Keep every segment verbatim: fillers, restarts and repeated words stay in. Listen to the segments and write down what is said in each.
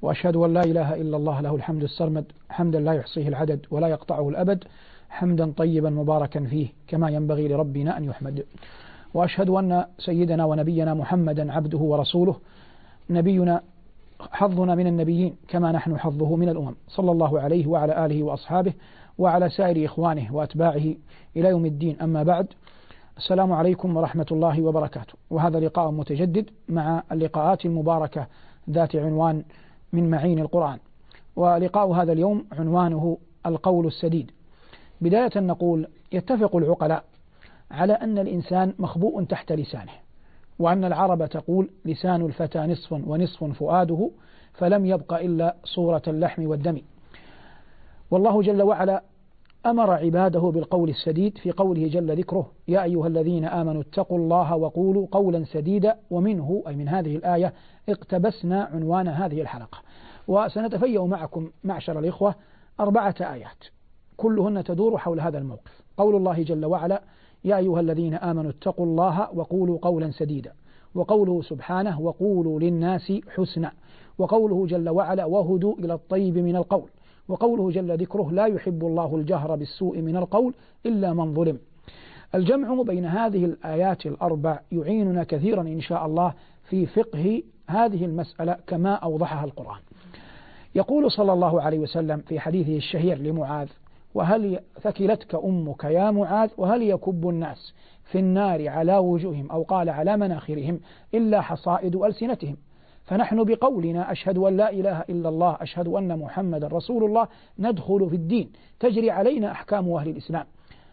وأشهد أن لا إله إلا الله له الحمد السرمد حمدا لا يحصيه العدد ولا يقطعه الأبد، حمدا طيبا مباركا فيه كما ينبغي لربنا أن يحمد. وأشهد أن سيدنا ونبينا محمدا عبده ورسوله، نبينا حظنا من النبيين كما نحن حظه من الأمم، صلى الله عليه وعلى آله وأصحابه وعلى سائر إخوانه وأتباعه إلى يوم الدين. أما بعد، السلام عليكم ورحمة الله وبركاته. وهذا لقاء متجدد مع اللقاءات المباركة ذات عنوان من معين القرآن، ولقاء هذا اليوم عنوانه القول السديد. بداية نقول: يتفق العقلاء على أن الإنسان مخبوء تحت لسانه، وأن العرب تقول: لسان الفتى نصف ونصف فؤاده، فلم يبق إلا صورة اللحم والدم. والله جل وعلا أمر عباده بالقول السديد في قوله جل ذكره: يا أيها الذين آمنوا اتقوا الله وقولوا قولا سديدا. ومنه أي من هذه الآية اقتبسنا عنوان هذه الحلقة، وسنتفيأ معكم معشر الإخوة أربعة آيات كلهن تدور حول هذا الموقف. قول الله جل وعلا: يا أيها الذين آمنوا اتقوا الله وقولوا قولا سديدا، وقوله سبحانه: وقولوا للناس حسنا، وقوله جل وعلا: وهدوا إلى الطيب من القول، وقوله جل ذكره: لا يحب الله الجهر بالسوء من القول إلا من ظلم. الجمع بين هذه الآيات الأربع يعيننا كثيرا إن شاء الله في فقه هذه المسألة كما أوضحها القرآن. يقول صلى الله عليه وسلم في حديثه الشهير لمعاذ: وهل ثكلتك أمك يا معاذ، وهل يكب الناس في النار على وجوههم أو قال على مناخرهم إلا حصائد ألسنتهم. فنحن بقولنا أشهد أن لا إله إلا الله، أشهد أن محمد رسول الله، ندخل في الدين، تجري علينا أحكام أهل الإسلام.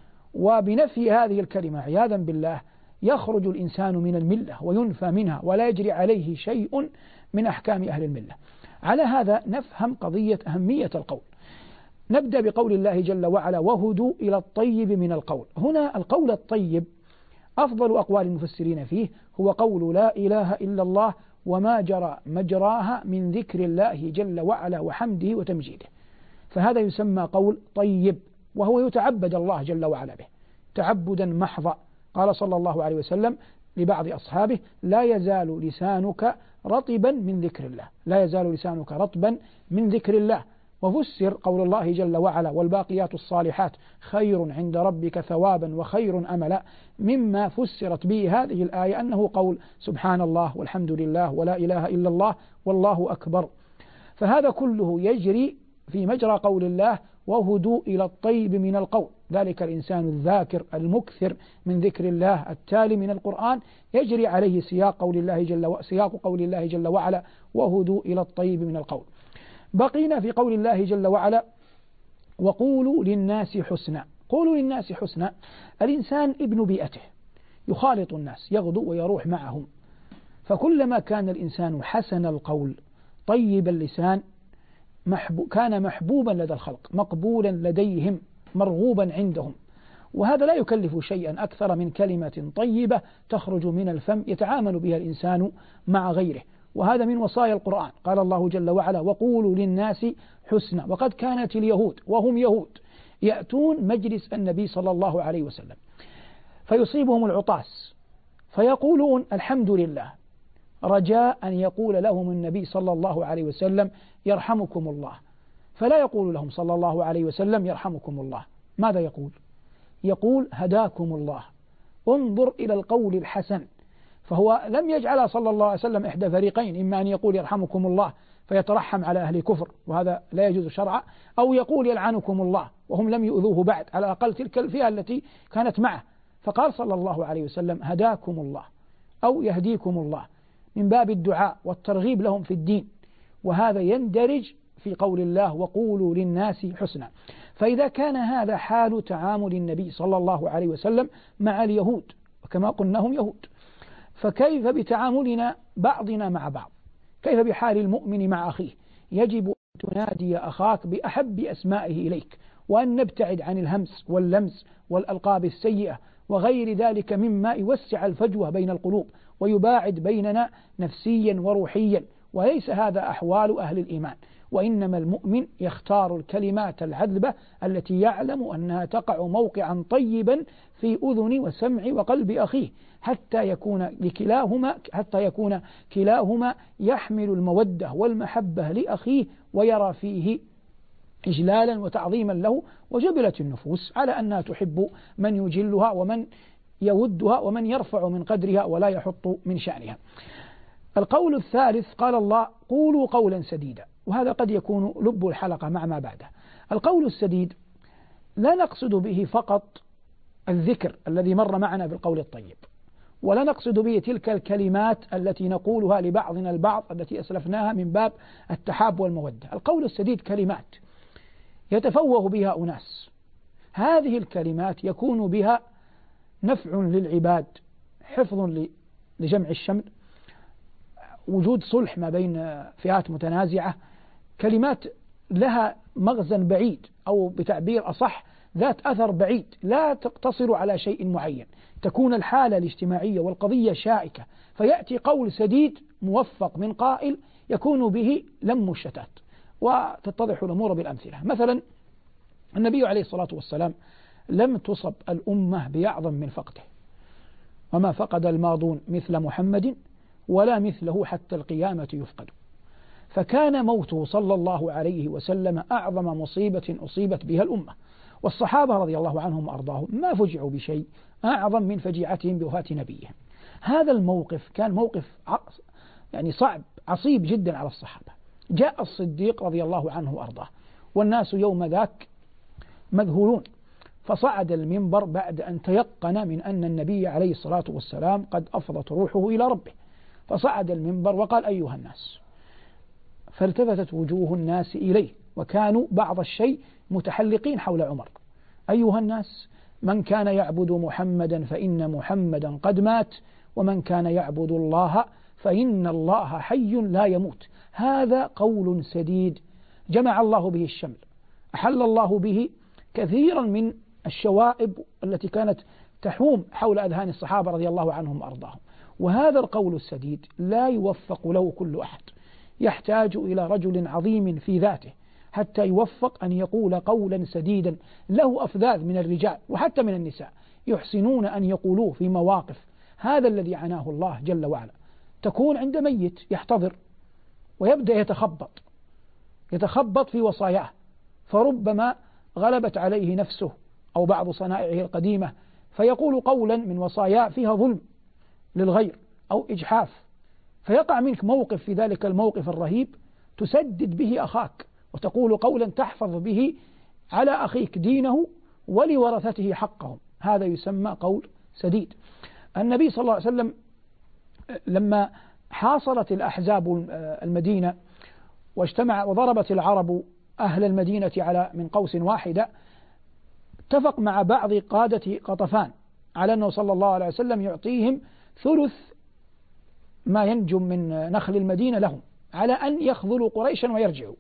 وبنفي هذه الكلمة عياذا بالله يخرج الإنسان من الملة وينفى منها، ولا يجري عليه شيء من أحكام أهل الملة. على هذا نفهم قضية أهمية القول. نبدأ بقول الله جل وعلا: وهدوا إلى الطيب من القول. هنا القول الطيب أفضل أقوال المفسرين فيه هو قول لا إله إلا الله وما جرى مجراها من ذكر الله جل وعلا وحمده وتمجيده، فهذا يسمى قول طيب، وهو يتعبد الله جل وعلا به تعبدا محضا. قال صلى الله عليه وسلم لبعض أصحابه: لا يزال لسانك رطبا من ذكر الله، لا يزال لسانك رطبا من ذكر الله. وفسر قول الله جل وعلا: والباقيات الصالحات خير عند ربك ثوابا وخير أملا، مما فسرت به هذه الآية أنه قول سبحان الله والحمد لله ولا إله إلا الله والله أكبر. فهذا كله يجري في مجرى قول الله: وهدوا إلى الطيب من القول. ذلك الإنسان الذاكر المكثر من ذكر الله التالي من القرآن يجري عليه سياق قول الله جل سياق قول الله جل وعلا: وهدوا إلى الطيب من القول. بقينا في قول الله جل وعلا: وقولوا للناس حسنا. قولوا للناس حسنا. الإنسان ابن بيئته، يخالط الناس، يغدو ويروح معهم، فكلما كان الإنسان حسن القول طيب اللسان محبو كان محبوبا لدى الخلق، مقبولا لديهم، مرغوبا عندهم. وهذا لا يكلف شيئا أكثر من كلمة طيبة تخرج من الفم يتعامل بها الإنسان مع غيره. وهذا من وصايا القرآن. قال الله جل وعلا: وقولوا للناس حسنا. وقد كانت اليهود وهم يهود يأتون مجلس النبي صلى الله عليه وسلم فيصيبهم العطاس فيقولون الحمد لله، رجاء أن يقول لهم النبي صلى الله عليه وسلم يرحمكم الله، فلا يقول لهم صلى الله عليه وسلم يرحمكم الله. ماذا يقول؟ يقول هداكم الله. انظر إلى القول الحسن. فهو لم يجعل صلى الله عليه وسلم إحدى فريقين: إما أن يقول يرحمكم الله فيترحم على أهل كفر وهذا لا يجوز شرعا، أو يقول يلعنكم الله وهم لم يؤذوه بعد، على الأقل تلك الفئة التي كانت معه. فقال صلى الله عليه وسلم هداكم الله أو يهديكم الله، من باب الدعاء والترغيب لهم في الدين. وهذا يندرج في قول الله: وقولوا للناس حسنا. فإذا كان هذا حال تعامل النبي صلى الله عليه وسلم مع اليهود، وكما قلنا هم يهود، فكيف بتعاملنا بعضنا مع بعض؟ كيف بحال المؤمن مع أخيه؟ يجب أن تنادي أخاك بأحب أسمائه إليك، وأن نبتعد عن الهمس واللمس والألقاب السيئة وغير ذلك مما يوسع الفجوة بين القلوب ويباعد بيننا نفسيا وروحيا وليس هذا أحوال أهل الإيمان، وإنما المؤمن يختار الكلمات العذبة التي يعلم أنها تقع موقعا طيبا في أذن وسمع وقلب أخيه، حتى يكون لكلاهما حتى يكون كلاهما يحمل المودة والمحبة لأخيه، ويرى فيه إجلالا وتعظيما له، وجبلت النفوس على أنها تحب من يجلها ومن يودها ومن يرفع من قدرها ولا يحط من شأنها. القول الثالث قال الله: قولوا قولا سديدا، وهذا قد يكون لب الحلقة مع ما بعده. القول السديد لا نقصد به فقط الذكر الذي مر معنا بالقول الطيب، ولا نقصد به تلك الكلمات التي نقولها لبعضنا البعض التي أسلفناها من باب التحاب والمودة. القول السديد كلمات يتفوه بها أناس، هذه الكلمات يكون بها نفع للعباد، حفظ لجمع الشمل، وجود صلح ما بين فئات متنازعة، كلمات لها مغزى بعيد، أو بتعبير أصح ذات أثر بعيد، لا تقتصر على شيء معين، تكون الحالة الاجتماعية والقضية شائكة، فيأتي قول سديد موفق من قائل يكون به لم الشتات، وتتضح الأمور بالأمثلة. مثلا النبي عليه الصلاة والسلام لم تصب الأمة بأعظم من فقده، وما فقد الماضون مثل محمد ولا مثله حتى القيامة يفقد، فكان موته صلى الله عليه وسلم أعظم مصيبة أصيبت بها الأمة، والصحابة رضي الله عنهم وأرضاهم ما فجعوا بشيء أعظم من فجيعتهم بوفاة نبيهم. هذا الموقف كان موقف يعني صعب عصيب جدا على الصحابة. جاء الصديق رضي الله عنه وأرضاه، والناس يوم ذاك مذهولون، فصعد المنبر بعد أن تيقن من أن النبي عليه الصلاة والسلام قد أفضت روحه إلى ربه، فصعد المنبر وقال: أيها الناس. فالتفتت وجوه الناس إليه، وكانوا بعض الشيء متحلقين حول عمر: أيها الناس، من كان يعبد محمدا فإن محمدا قد مات، ومن كان يعبد الله فإن الله حي لا يموت. هذا قول سديد جمع الله به الشمل، أحل الله به كثيرا من الشوائب التي كانت تحوم حول أذهان الصحابة رضي الله عنهم وأرضاهم. وهذا القول السديد لا يوفق له كل أحد، يحتاج إلى رجل عظيم في ذاته حتى يوفق أن يقول قولا سديدا له أفذاذ من الرجال وحتى من النساء يحسنون أن يقولوه في مواقف. هذا الذي عناه الله جل وعلا. تكون عند ميت يحتضر ويبدأ يتخبط يتخبط في وصاياه، فربما غلبت عليه نفسه أو بعض صنائعه القديمة، فيقول قولا من وصاياه فيها ظلم للغير أو إجحاف، فيقع منك موقف في ذلك الموقف الرهيب تسدد به أخاك، وتقول قولا تحفظ به على أخيك دينه ولورثته حقهم. هذا يسمى قول سديد. النبي صلى الله عليه وسلم لما حاصرت الأحزاب المدينة واجتمع وضربت العرب أهل المدينة على من قوس واحدة، اتفق مع بعض قادة قطفان على أنه صلى الله عليه وسلم يعطيهم ثلث ما ينجم من نخل المدينة لهم، على أن يخذلوا قريشا ويرجعوا.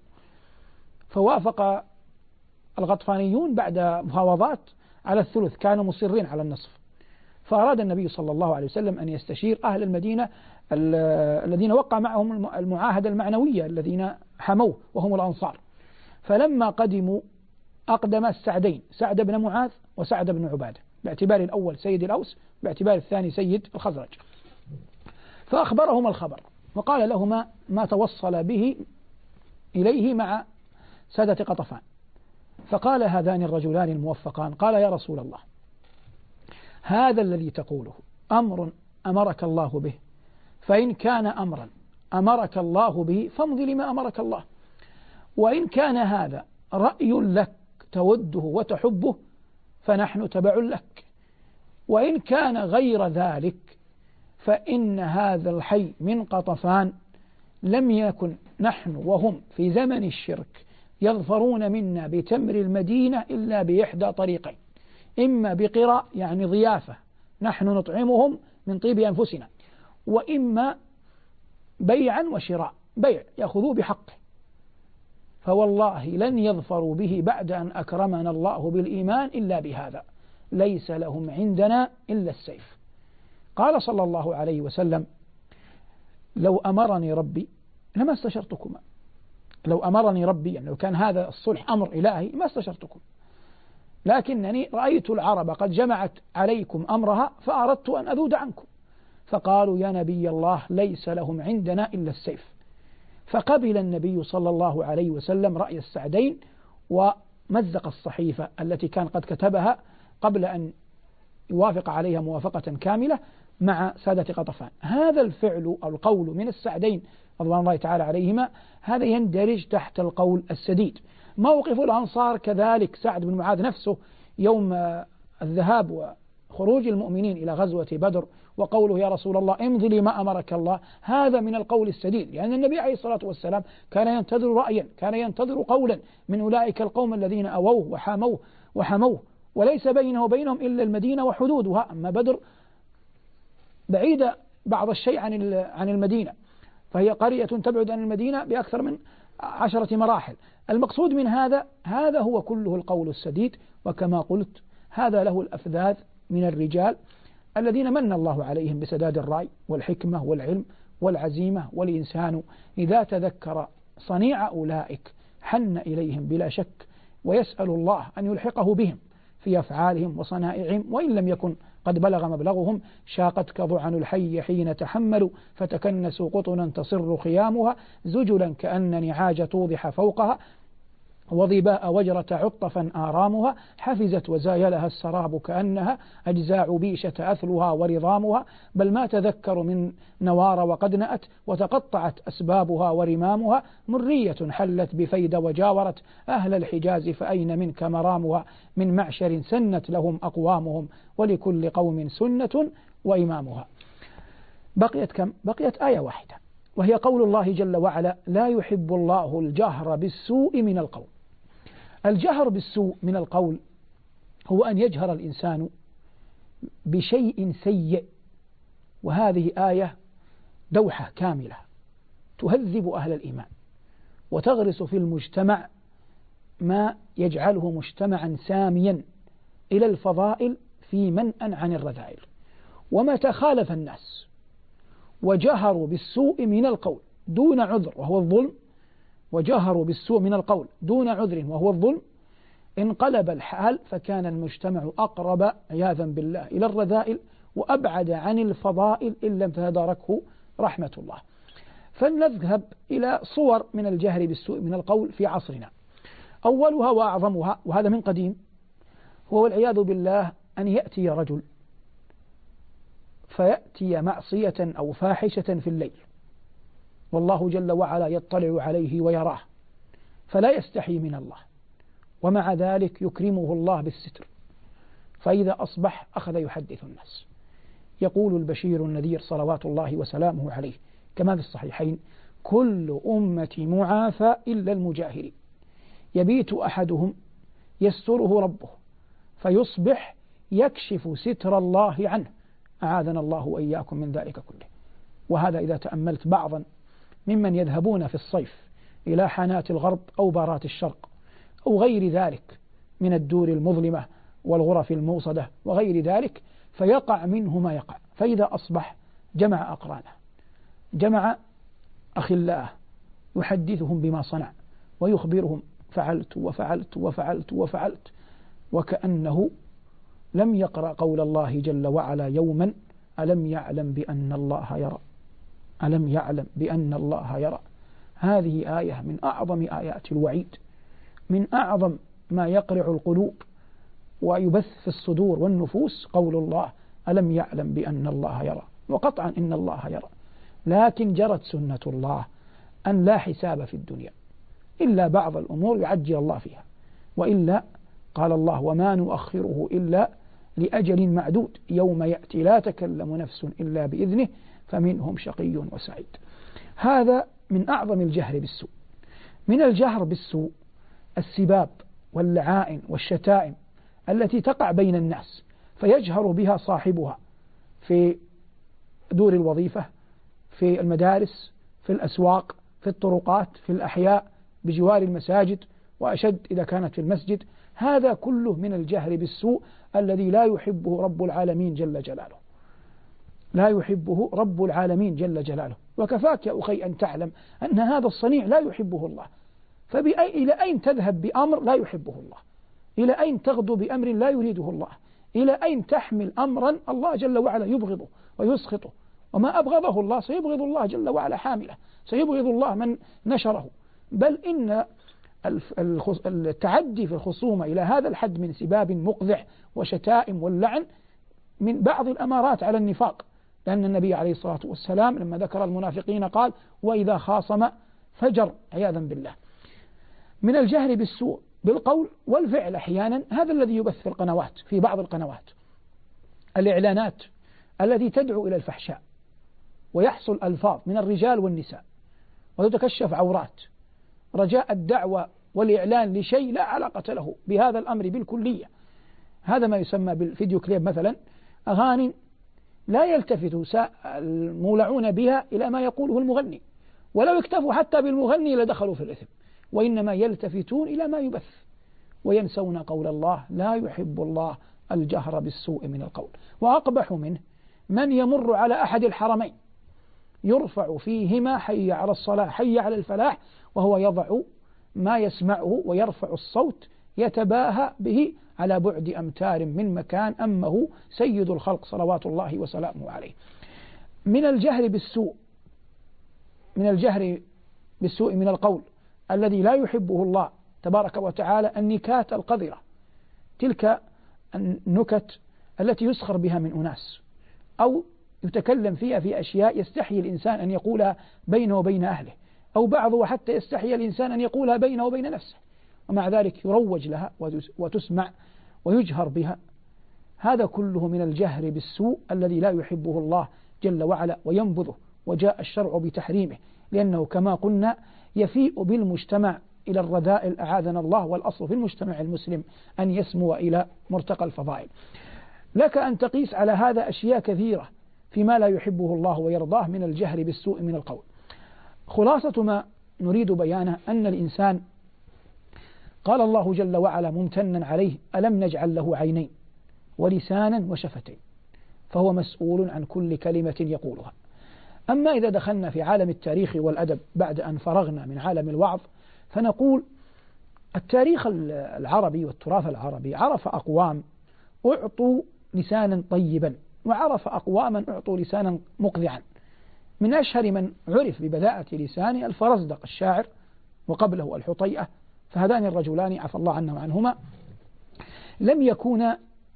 فوافق الغطفانيون بعد مفاوضات على الثلث، كانوا مصرين على النصف. فأراد النبي صلى الله عليه وسلم أن يستشير أهل المدينة الذين وقع معهم المعاهدة المعنوية الذين حموه وهم الأنصار. فلما قدموا أقدم السعدين، سعد بن معاذ وسعد بن عبادة، باعتبار الأول سيد الأوس باعتبار الثاني سيد الخزرج. فأخبرهم الخبر وقال لهما ما توصل به إليه مع سادة قطفان. فقال هذان الرجلان الموفقان: قال يا رسول الله، هذا الذي تقوله أمر أمرك الله به، فإن كان أمرا أمرك الله به فامض لما أمرك الله، وإن كان هذا رأي لك توده وتحبه فنحن تبع لك، وإن كان غير ذلك فإن هذا الحي من قطفان لم يكن نحن وهم في زمن الشرك يظفرون منا بتمر المدينة إلا بإحدى طريقين: إما بقراء يعني ضيافة نحن نطعمهم من طيب أنفسنا، وإما بيعا وشراء بيع يأخذوه بحقه، فوالله لن يظفروا به بعد أن أكرمنا الله بالإيمان إلا بهذا، ليس لهم عندنا إلا السيف. قال صلى الله عليه وسلم: لو أمرني ربي لما استشرتكما، لو أمرني ربي يعني لو كان هذا الصلح أمر إلهي ما استشرتكم، لكنني رأيت العرب قد جمعت عليكم أمرها فأردت أن أذود عنكم. فقالوا يا نبي الله ليس لهم عندنا إلا السيف. فقبل النبي صلى الله عليه وسلم رأي السعدين ومزق الصحيفة التي كان قد كتبها قبل أن يوافق عليها موافقة كاملة مع سادة غطفان. هذا الفعل أو القول من السعدين رضوان الله تعالى عليهما هذا يندرج تحت القول السديد. موقف الأنصار كذلك، سعد بن معاذ نفسه يوم الذهاب وخروج المؤمنين إلى غزوة بدر وقوله يا رسول الله امضي لما أمرك الله، هذا من القول السديد، لأن يعني النبي عليه الصلاة والسلام كان ينتظر رأيا، كان ينتظر قولا من أولئك القوم الذين أووه وحاموه وحموه، وليس بينه وبينهم إلا المدينة وحدودها. أما بدر بعيدة بعض الشيء عن عن المدينة، فهي قرية تبعد عن المدينة بأكثر من عشرة مراحل. المقصود من هذا هذا هو كله القول السديد. وكما قلت هذا له الأفذاذ من الرجال الذين من الله عليهم بسداد الرأي والحكمة والعلم والعزيمة، والإنسان إذا تذكر صنيع أولئك حن إليهم بلا شك، ويسأل الله أن يلحقه بهم في أفعالهم وصنائعهم، وإن لم يكن قد بلغ مبلغهم. شاقتك ضعن الحي حين تحملوا فتكنسوا قطنا تصر خيامها، زجلا كأن نعاج توضح فوقها، وظباء وجرة عطفا آرامها، حفزت وزايلها السراب كأنها أجزاع بيشة أثلها ورضامها، بل ما تذكر من نوار وقد نأت وتقطعت أسبابها ورمامها، مرية حلت بفيد وجاورت أهل الحجاز فأين منك مرامها، من معشر سنت لهم أقوامهم ولكل قوم سنة وإمامها. بقيت كم؟ بقيت آية واحدة، وهي قول الله جل وعلا لا يحب الله الجهر بالسوء من القول. الجهر بالسوء من القول هو أن يجهر الإنسان بشيء سيء، وهذه آية دوحة كاملة تهذب أهل الإيمان وتغرس في المجتمع ما يجعله مجتمعا ساميا إلى الفضائل في منأ عن الرذائل. ومتى خالف الناس وجهروا بالسوء من القول دون عذر وهو الظلم، وجهروا بالسوء من القول دون عذر وهو الظلم، انقلب الحال فكان المجتمع أقرب عياذا بالله إلى الرذائل وأبعد عن الفضائل إن لم تداركه رحمة الله. فلنذهب إلى صور من الجهر بالسوء من القول في عصرنا. أولها وأعظمها وهذا من قديم هو والعياذ بالله أن يأتي رجل فيأتي معصية أو فاحشة في الليل والله جل وعلا يطلع عليه ويراه فلا يستحي من الله، ومع ذلك يكرمه الله بالستر، فإذا أصبح أخذ يحدث الناس. يقول البشير النذير صلوات الله وسلامه عليه كما في الصحيحين كل أمتي معافى إلا المجاهرين، يبيت أحدهم يستره ربه فيصبح يكشف ستر الله عنه، أعاذنا الله وإياكم من ذلك كله. وهذا إذا تأملت بعضا ممن يذهبون في الصيف إلى حانات الغرب أو بارات الشرق أو غير ذلك من الدور المظلمة والغرف الموصدة وغير ذلك، فيقع منه ما يقع، فإذا أصبح جمع أقرانه جمع أخلاءه يحدثهم بما صنع ويخبرهم فعلت وفعلت وفعلت وفعلت، وكأنه لم يقرأ قول الله جل وعلا يوما ألم يعلم بأن الله يرى، ألم يعلم بأن الله يرى. هذه آية من أعظم آيات الوعيد، من أعظم ما يقرع القلوب ويبث في الصدور والنفوس قول الله ألم يعلم بأن الله يرى. وقطعا إن الله يرى، لكن جرت سنة الله أن لا حساب في الدنيا إلا بعض الأمور يعجل الله فيها، وإلا قال الله وما نؤخره إلا لأجل معدود يوم يأتي لا تكلم نفس إلا بإذنه فمنهم شقي وسعيد. هذا من أعظم الجهر بالسوء. من الجهر بالسوء السباب واللعائن والشتائم التي تقع بين الناس فيجهر بها صاحبها في دور الوظيفة، في المدارس، في الأسواق، في الطرقات، في الأحياء، بجوار المساجد، وأشد إذا كانت في المسجد. هذا كله من الجهر بالسوء الذي لا يحبه رب العالمين جل جلاله. لا يحبه رب العالمين جل جلاله. وكفاك يا أخي أن تعلم أن هذا الصنيع لا يحبه الله، فإلى أين تذهب بأمر لا يحبه الله؟ إلى أين تغدو بأمر لا يريده الله؟ إلى أين تحمل أمرا الله جل وعلا يبغضه ويسخطه؟ وما أبغضه الله سيبغض الله جل وعلا حامله، سيبغض الله من نشره. بل إن التعدي في الخصومة إلى هذا الحد من سباب مقذع وشتائم واللعن من بعض الأمارات على النفاق، لأن النبي عليه الصلاة والسلام لما ذكر المنافقين قال: وإذا خاصم فجر، عياذا بالله. من الجهر بالسوء بالقول والفعل أحيانا، هذا الذي يبث في القنوات، في بعض القنوات الإعلانات التي تدعو إلى الفحشاء، ويحصل ألفاظ من الرجال والنساء وتتكشف عورات رجاء الدعوة والإعلان لشيء لا علاقة له بهذا الأمر بالكلية. هذا ما يسمى بالفيديو كليب مثلا، أغاني لا يلتفت المولعون بها إلى ما يقوله المغني، ولو اكتفوا حتى بالمغني لدخلوا في الإثم، وإنما يلتفتون إلى ما يبث وينسون قول الله: لا يحب الله الجهر بالسوء من القول. وأقبح منه من يمر على أحد الحرمين يرفع فيهما حي على الصلاة حي على الفلاح، وهو يضع ما يسمعه ويرفع الصوت يتباهى به على بعد أمتار من مكان أمه سيد الخلق صلوات الله وسلامه عليه. من الجهر بالسوء من الجهر بالسوء من القول الذي لا يحبه الله تبارك وتعالى النكات القذرة، تلك النكت التي يسخر بها من أناس أو يتكلم فيها في أشياء يستحي الإنسان أن يقولها بينه وبين أهله، أو بعضه حتى يستحي الإنسان أن يقولها بينه وبين نفسه، ومع ذلك يروج لها وتسمع ويجهر بها. هذا كله من الجهر بالسوء الذي لا يحبه الله جل وعلا وينبذه، وجاء الشرع بتحريمه، لأنه كما قلنا يفيء بالمجتمع إلى الرذائل أعاذنا الله، والأصل في المجتمع المسلم أن يسمو إلى مرتقى الفضائل. لك أن تقيس على هذا أشياء كثيرة فيما لا يحبه الله ويرضاه من الجهر بالسوء من القول. خلاصة ما نريد بيانه أن الإنسان قال الله جل وعلا ممتنا عليه: ألم نجعل له عينين ولسانا وشفتين، فهو مسؤول عن كل كلمة يقولها. أما إذا دخلنا في عالم التاريخ والأدب بعد أن فرغنا من عالم الوعظ، فنقول التاريخ العربي والتراث العربي عرف أقوام أعطوا لسانا طيبا، وعرف أقواما أعطوا لسانا مقذعا. من أشهر من عرف ببذاءة لسانه الفرزدق الشاعر، وقبله الحطيئة، فهذان الرجلان عفى الله عنه وعنهما لم يكونا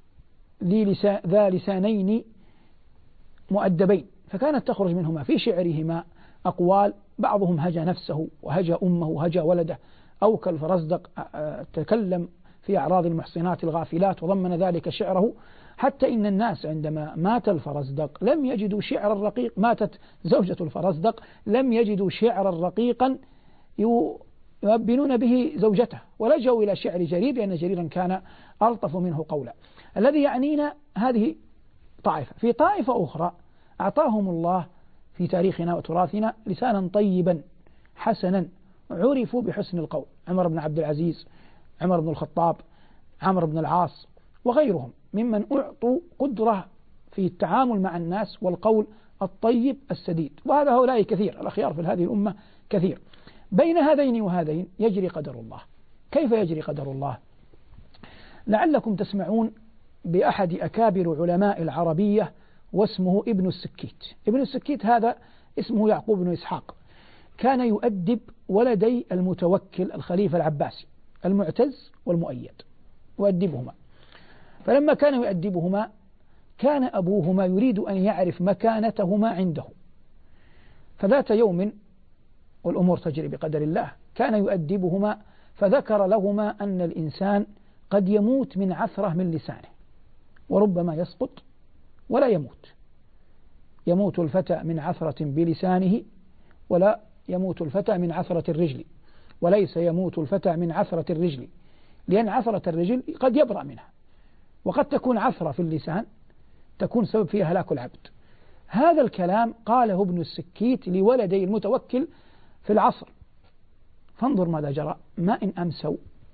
ذا لسانين مؤدبين، فكانت تخرج منهما في شعرهما أقوال بعضهم هجا نفسه وهجا أمه وهجا ولده، أو كالفرزدق تكلم في أعراض المحصنات الغافلات وضمن ذلك شعره، حتى إن الناس عندما مات الفرزدق لم يجدوا شعرا رقيق، ماتت زوجة الفرزدق لم يجدوا شعرا رقيقا يؤبنون به زوجته، ولجوا إلى شعر جرير، لأن جريرا كان ألطف منه قولا. الذي يعنينا هذه طائفة. في طائفة أخرى أعطاهم الله في تاريخنا وتراثنا لسانا طيبا حسنا، عرفوا بحسن القول: عمر بن عبد العزيز، عمر بن الخطاب، عمرو بن العاص، وغيرهم ممن أعطوا قدرة في التعامل مع الناس والقول الطيب السديد. وهذا هؤلاء كثير، الأخيار في هذه الأمة كثير. بين هذين وهذين يجري قدر الله. كيف يجري قدر الله؟ لعلكم تسمعون بأحد أكابر علماء العربية واسمه ابن السكيت. ابن السكيت هذا اسمه يعقوب بن إسحاق، كان يؤدب ولدي المتوكل الخليفة العباسي المعتز والمؤيد، يؤدبهما. فلما كان يؤدبهما كان أبوهما يريد أن يعرف مكانتهما عنده، فذات يوم والأمور تجري بقدر الله كان يؤدبهما، فذكر لهما أن الإنسان قد يموت من عثرة من لسانه، وربما يسقط ولا يموت. يموت الفتى من عثرة بلسانه، ولا يموت الفتى من عثرة الرجل، وليس يموت الفتى من عثرة الرجل، لأن عثرة الرجل قد يبرأ منها، وقد تكون عثرة في اللسان تكون سبب فيها هلاك العبد. هذا الكلام قاله ابن السكيت لولدي المتوكل في العصر. فانظر ماذا جرى: ما إن أمسوا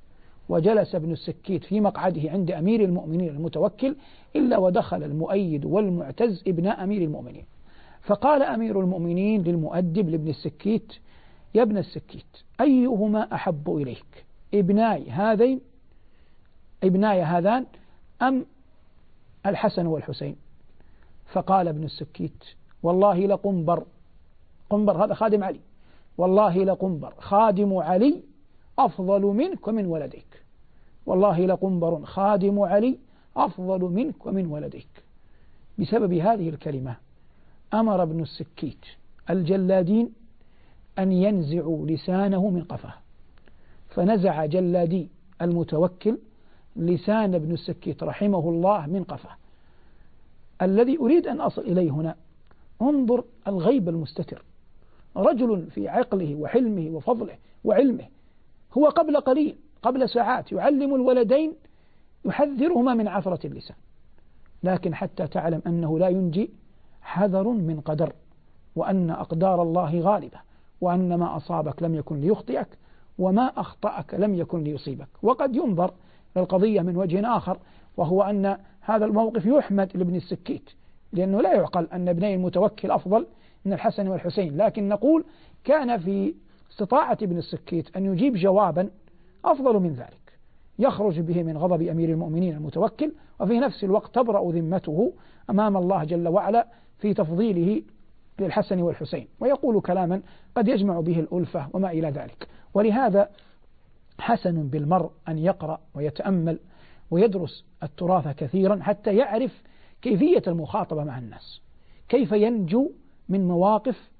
وجلس ابن السكيت في مقعده عند أمير المؤمنين المتوكل إلا ودخل المؤيد والمعتز ابن أمير المؤمنين، فقال أمير المؤمنين للمؤدب لابن السكيت: يا ابن السكيت، أيهما أحب إليك، ابناي هذين ابناي هذان أم الحسن والحسين؟ فقال ابن السكيت: والله لقنبر، قنبر هذا خادم علي، والله لقنبر خادم علي أفضل منك ومن ولديك، والله لقنبر خادم علي أفضل منك ومن ولديك. بسبب هذه الكلمة أمر ابن السكيت الجلادين أن ينزعوا لسانه من قفاه، فنزع جلادي المتوكل لسان ابن السكيت رحمه الله من قفاه. الذي أريد أن أصل إليه هنا، انظر الغيب المستتر، رجل في عقله وحلمه وفضله وعلمه، هو قبل قليل قبل ساعات يعلم الولدين يحذرهما من عثرة اللسان، لكن حتى تعلم أنه لا ينجي حذر من قدر، وأن أقدار الله غالبة، وأن ما أصابك لم يكن ليخطئك، وما أخطأك لم يكن ليصيبك. وقد ينظر للقضية من وجه آخر، وهو أن هذا الموقف يحمد لابن السكيت، لأنه لا يعقل أن ابني المتوكل أفضل من الحسن والحسين، لكن نقول كان في استطاعة ابن السكيت أن يجيب جوابا أفضل من ذلك يخرج به من غضب أمير المؤمنين المتوكل، وفي نفس الوقت تبرأ ذمته أمام الله جل وعلا في تفضيله للحسن والحسين، ويقول كلاما قد يجمع به الألفة وما إلى ذلك. ولهذا حسن بالمرء أن يقرأ ويتأمل ويدرس التراث كثيرا حتى يعرف كيفية المخاطبة مع الناس، كيف ينجو من مواقف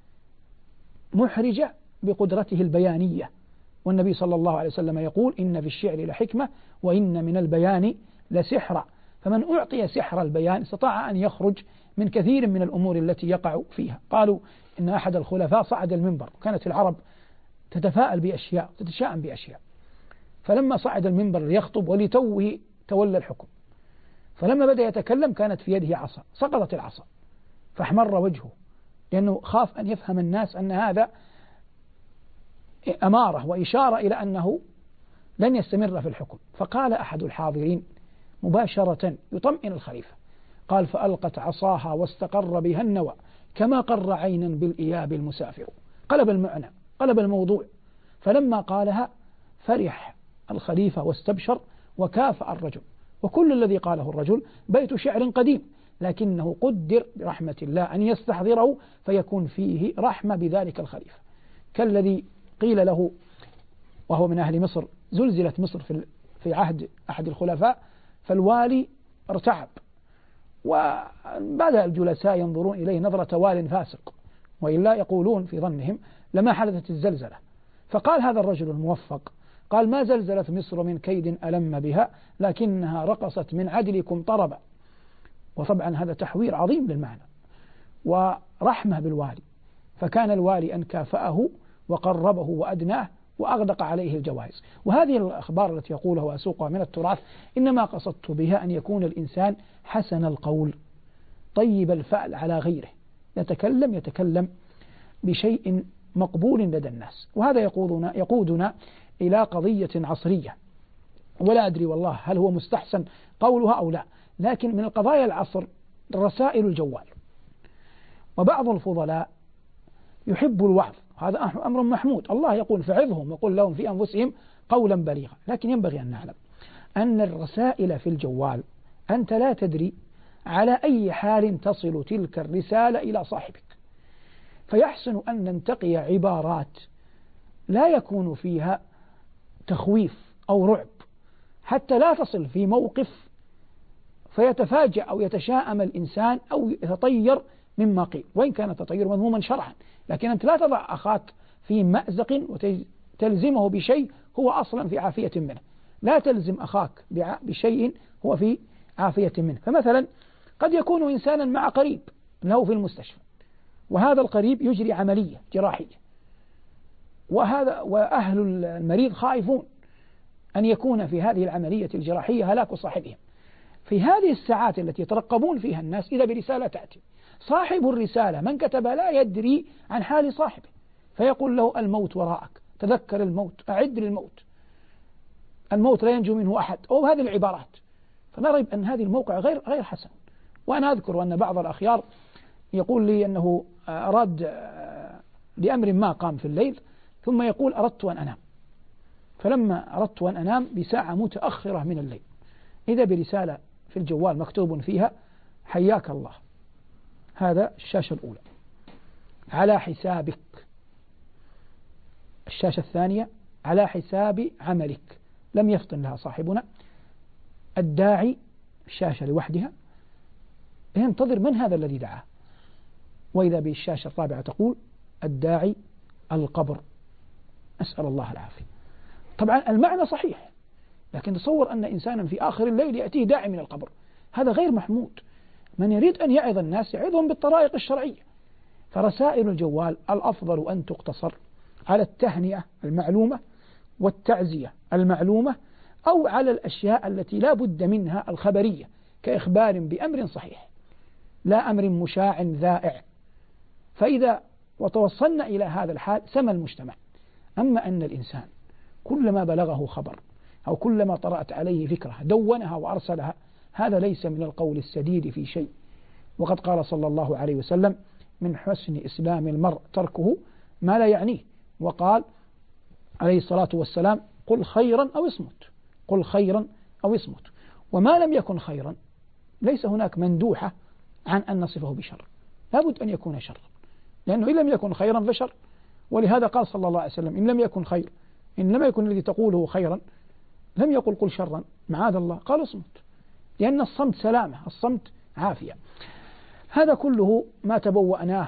محرجة بقدرته البيانية. والنبي صلى الله عليه وسلم يقول: إن في الشعر لحكمة وإن من البيان لسحرا. فمن أعطي سحر البيان استطاع أن يخرج من كثير من الأمور التي يقع فيها. قالوا إن أحد الخلفاء صعد المنبر، كانت العرب تتفاءل بأشياء تتشائم بأشياء، فلما صعد المنبر ليخطب ولتوه تولى الحكم، فلما بدأ يتكلم كانت في يده عصا، سقطت العصا فاحمر وجهه، لأنه خاف أن يفهم الناس أن هذا أمارة وإشارة إلى أنه لن يستمر في الحكم. فقال أحد الحاضرين مباشرة يطمئن الخليفة، قال: فألقت عصاها واستقر بها النوى كما قر عينا بالإياب المسافر. قلب المعنى، قلب الموضوع، فلما قالها فرح الخليفة واستبشر وكافأ الرجل. وكل الذي قاله الرجل بيت شعر قديم، لكنه قدر برحمة الله أن يستحضره فيكون فيه رحمة بذلك الخليفة، كالذي قيل له وهو من أهل مصر، زلزلت مصر في في عهد أحد الخلفاء، فالوالي ارتعب، وبدأ الجلساء ينظرون إليه نظرة وال فاسق، وإلا يقولون في ظنهم لما حدثت الزلزلة. فقال هذا الرجل الموفق، قال: ما زلزلت مصر من كيد ألم بها، لكنها رقصت من عدلكم طربا. وطبعا هذا تحوير عظيم للمعنى ورحمة بالوالي، فكان الوالي أن كافأه وقربه وأدناه وأغدق عليه الجوائز. وهذه الأخبار التي يقولها وأسوقها من التراث إنما قصدت بها أن يكون الإنسان حسن القول طيب الفعل على غيره، يتكلم يتكلم بشيء مقبول لدى الناس. وهذا يقودنا, يقودنا إلى قضية عصرية، ولا أدري والله هل هو مستحسن قولها أو لا، لكن من القضايا العصر رسائل الجوال. وبعض الفضلاء يحب الوعظ، هذا أمر محمود، الله يقول: فعظهم وقل لهم في أنفسهم قولا بليغا. لكن ينبغي أن نعلم أن الرسائل في الجوال أنت لا تدري على أي حال تصل تلك الرسالة إلى صاحبك، فيحسن أن ننتقي عبارات لا يكون فيها تخويف أو رعب، حتى لا تصل في موقف فيتفاجأ أو يتشاءم الإنسان أو يتطير مما قيل، وإن كان التطير مذموما شرعا، لكن أنت لا تضع أخاك في مأزق وتلزمه بشيء هو أصلا في عافية منه، لا تلزم أخاك بشيء هو في عافية منه. فمثلا قد يكون إنسانا مع قريب له في المستشفى، وهذا القريب يجري عملية جراحية، وهذا وأهل المريض خائفون أن يكون في هذه العملية الجراحية هلاك صاحبهم. في هذه الساعات التي يترقبون فيها الناس إذا برسالة تأتي، صاحب الرسالة من كتبها لا يدري عن حال صاحبه، فيقول له: الموت وراءك، تذكر الموت، أعد للموت. الموت لا ينجو منه أحد، أو هذه العبارات، فنرى أن هذه الموقع غير غير حسن. وأنا أذكر أن بعض الأخيار يقول لي أنه أراد لأمر ما قام في الليل ثم يقول أردت أن أنام، فلما أردت أن أنام بساعة متأخرة من الليل إذا برسالة في الجوال مكتوب فيها حياك الله، هذا الشاشة الأولى على حسابك، الشاشة الثانية على حساب عملك، لم يفطن لها صاحبنا، الداعي الشاشة لوحدها ينتظر من هذا الذي دعاه، وإذا بالشاشة الرابعة تقول الداعي القبر، أسأل الله العافية. طبعا المعنى صحيح، لكن تصور أن إنسانا في آخر الليل يأتيه داعي من القبر، هذا غير محمود. من يريد أن يعظ الناس يعظهم بالطرائق الشرعية. فرسائل الجوال الأفضل أن تقتصر على التهنئة المعلومة والتعزية المعلومة، أو على الأشياء التي لا بد منها الخبرية، كإخبار بأمر صحيح لا أمر مشاع ذائع. فإذا وتوصلنا إلى هذا الحال سمى المجتمع. أما أن الإنسان كلما بلغه خبر أو كلما طرأت عليه فكرة دونها وأرسلها، هذا ليس من القول السديد في شيء. وقد قال صلى الله عليه وسلم من حسن إسلام المرء تركه ما لا يعنيه، وقال عليه الصلاة والسلام قل خيرا أو اصمت، قل خيرا أو اصمت. وما لم يكن خيرا ليس هناك مندوحة عن أن نصفه بشر، لابد أن يكون شرا، لأنه إن لم يكن خيرا فشر. ولهذا قال صلى الله عليه وسلم إن لم يكن خير، إن لم يكن الذي تقوله خيرا لم يقل قل شرا معاذ الله، قال اصمت، لأن الصمت سلامة، الصمت عافية. هذا كله ما تبوأناه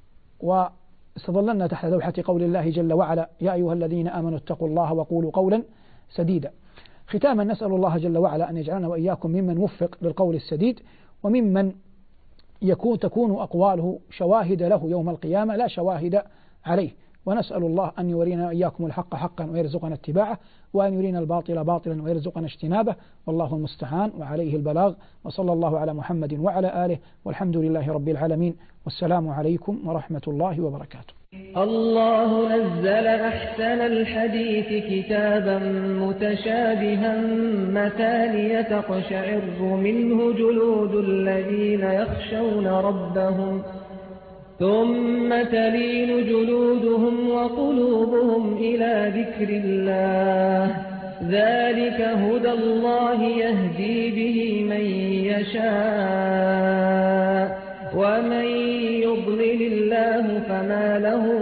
واستظللنا تحت لوحة قول الله جل وعلا يا أيها الذين آمنوا اتقوا الله وقولوا قولا سديدا. ختاما نسأل الله جل وعلا أن يجعلنا وإياكم ممن وفق للقول السديد، وممن يكون تكون أقواله شواهد له يوم القيامة لا شواهد عليه. ونسأل الله أن يورينا وإياكم الحق حقا ويرزقنا اتباعه، وأن يرينا الباطل باطلا ويرزقنا اجتنابه، والله المستعان وعليه البلاغ. وصلى الله على محمد وعلى آله، والحمد لله رب العالمين، والسلام عليكم ورحمة الله وبركاته. الله نزل أحسن الحديث كتابا متشابها مثانية تقشعر منه جلود الذين يخشون ربهم ثم تلين جلودهم وقلوبهم إلى ذكر الله، ذلك هدى الله يهدي به من يشاء ومن يضلل الله فما له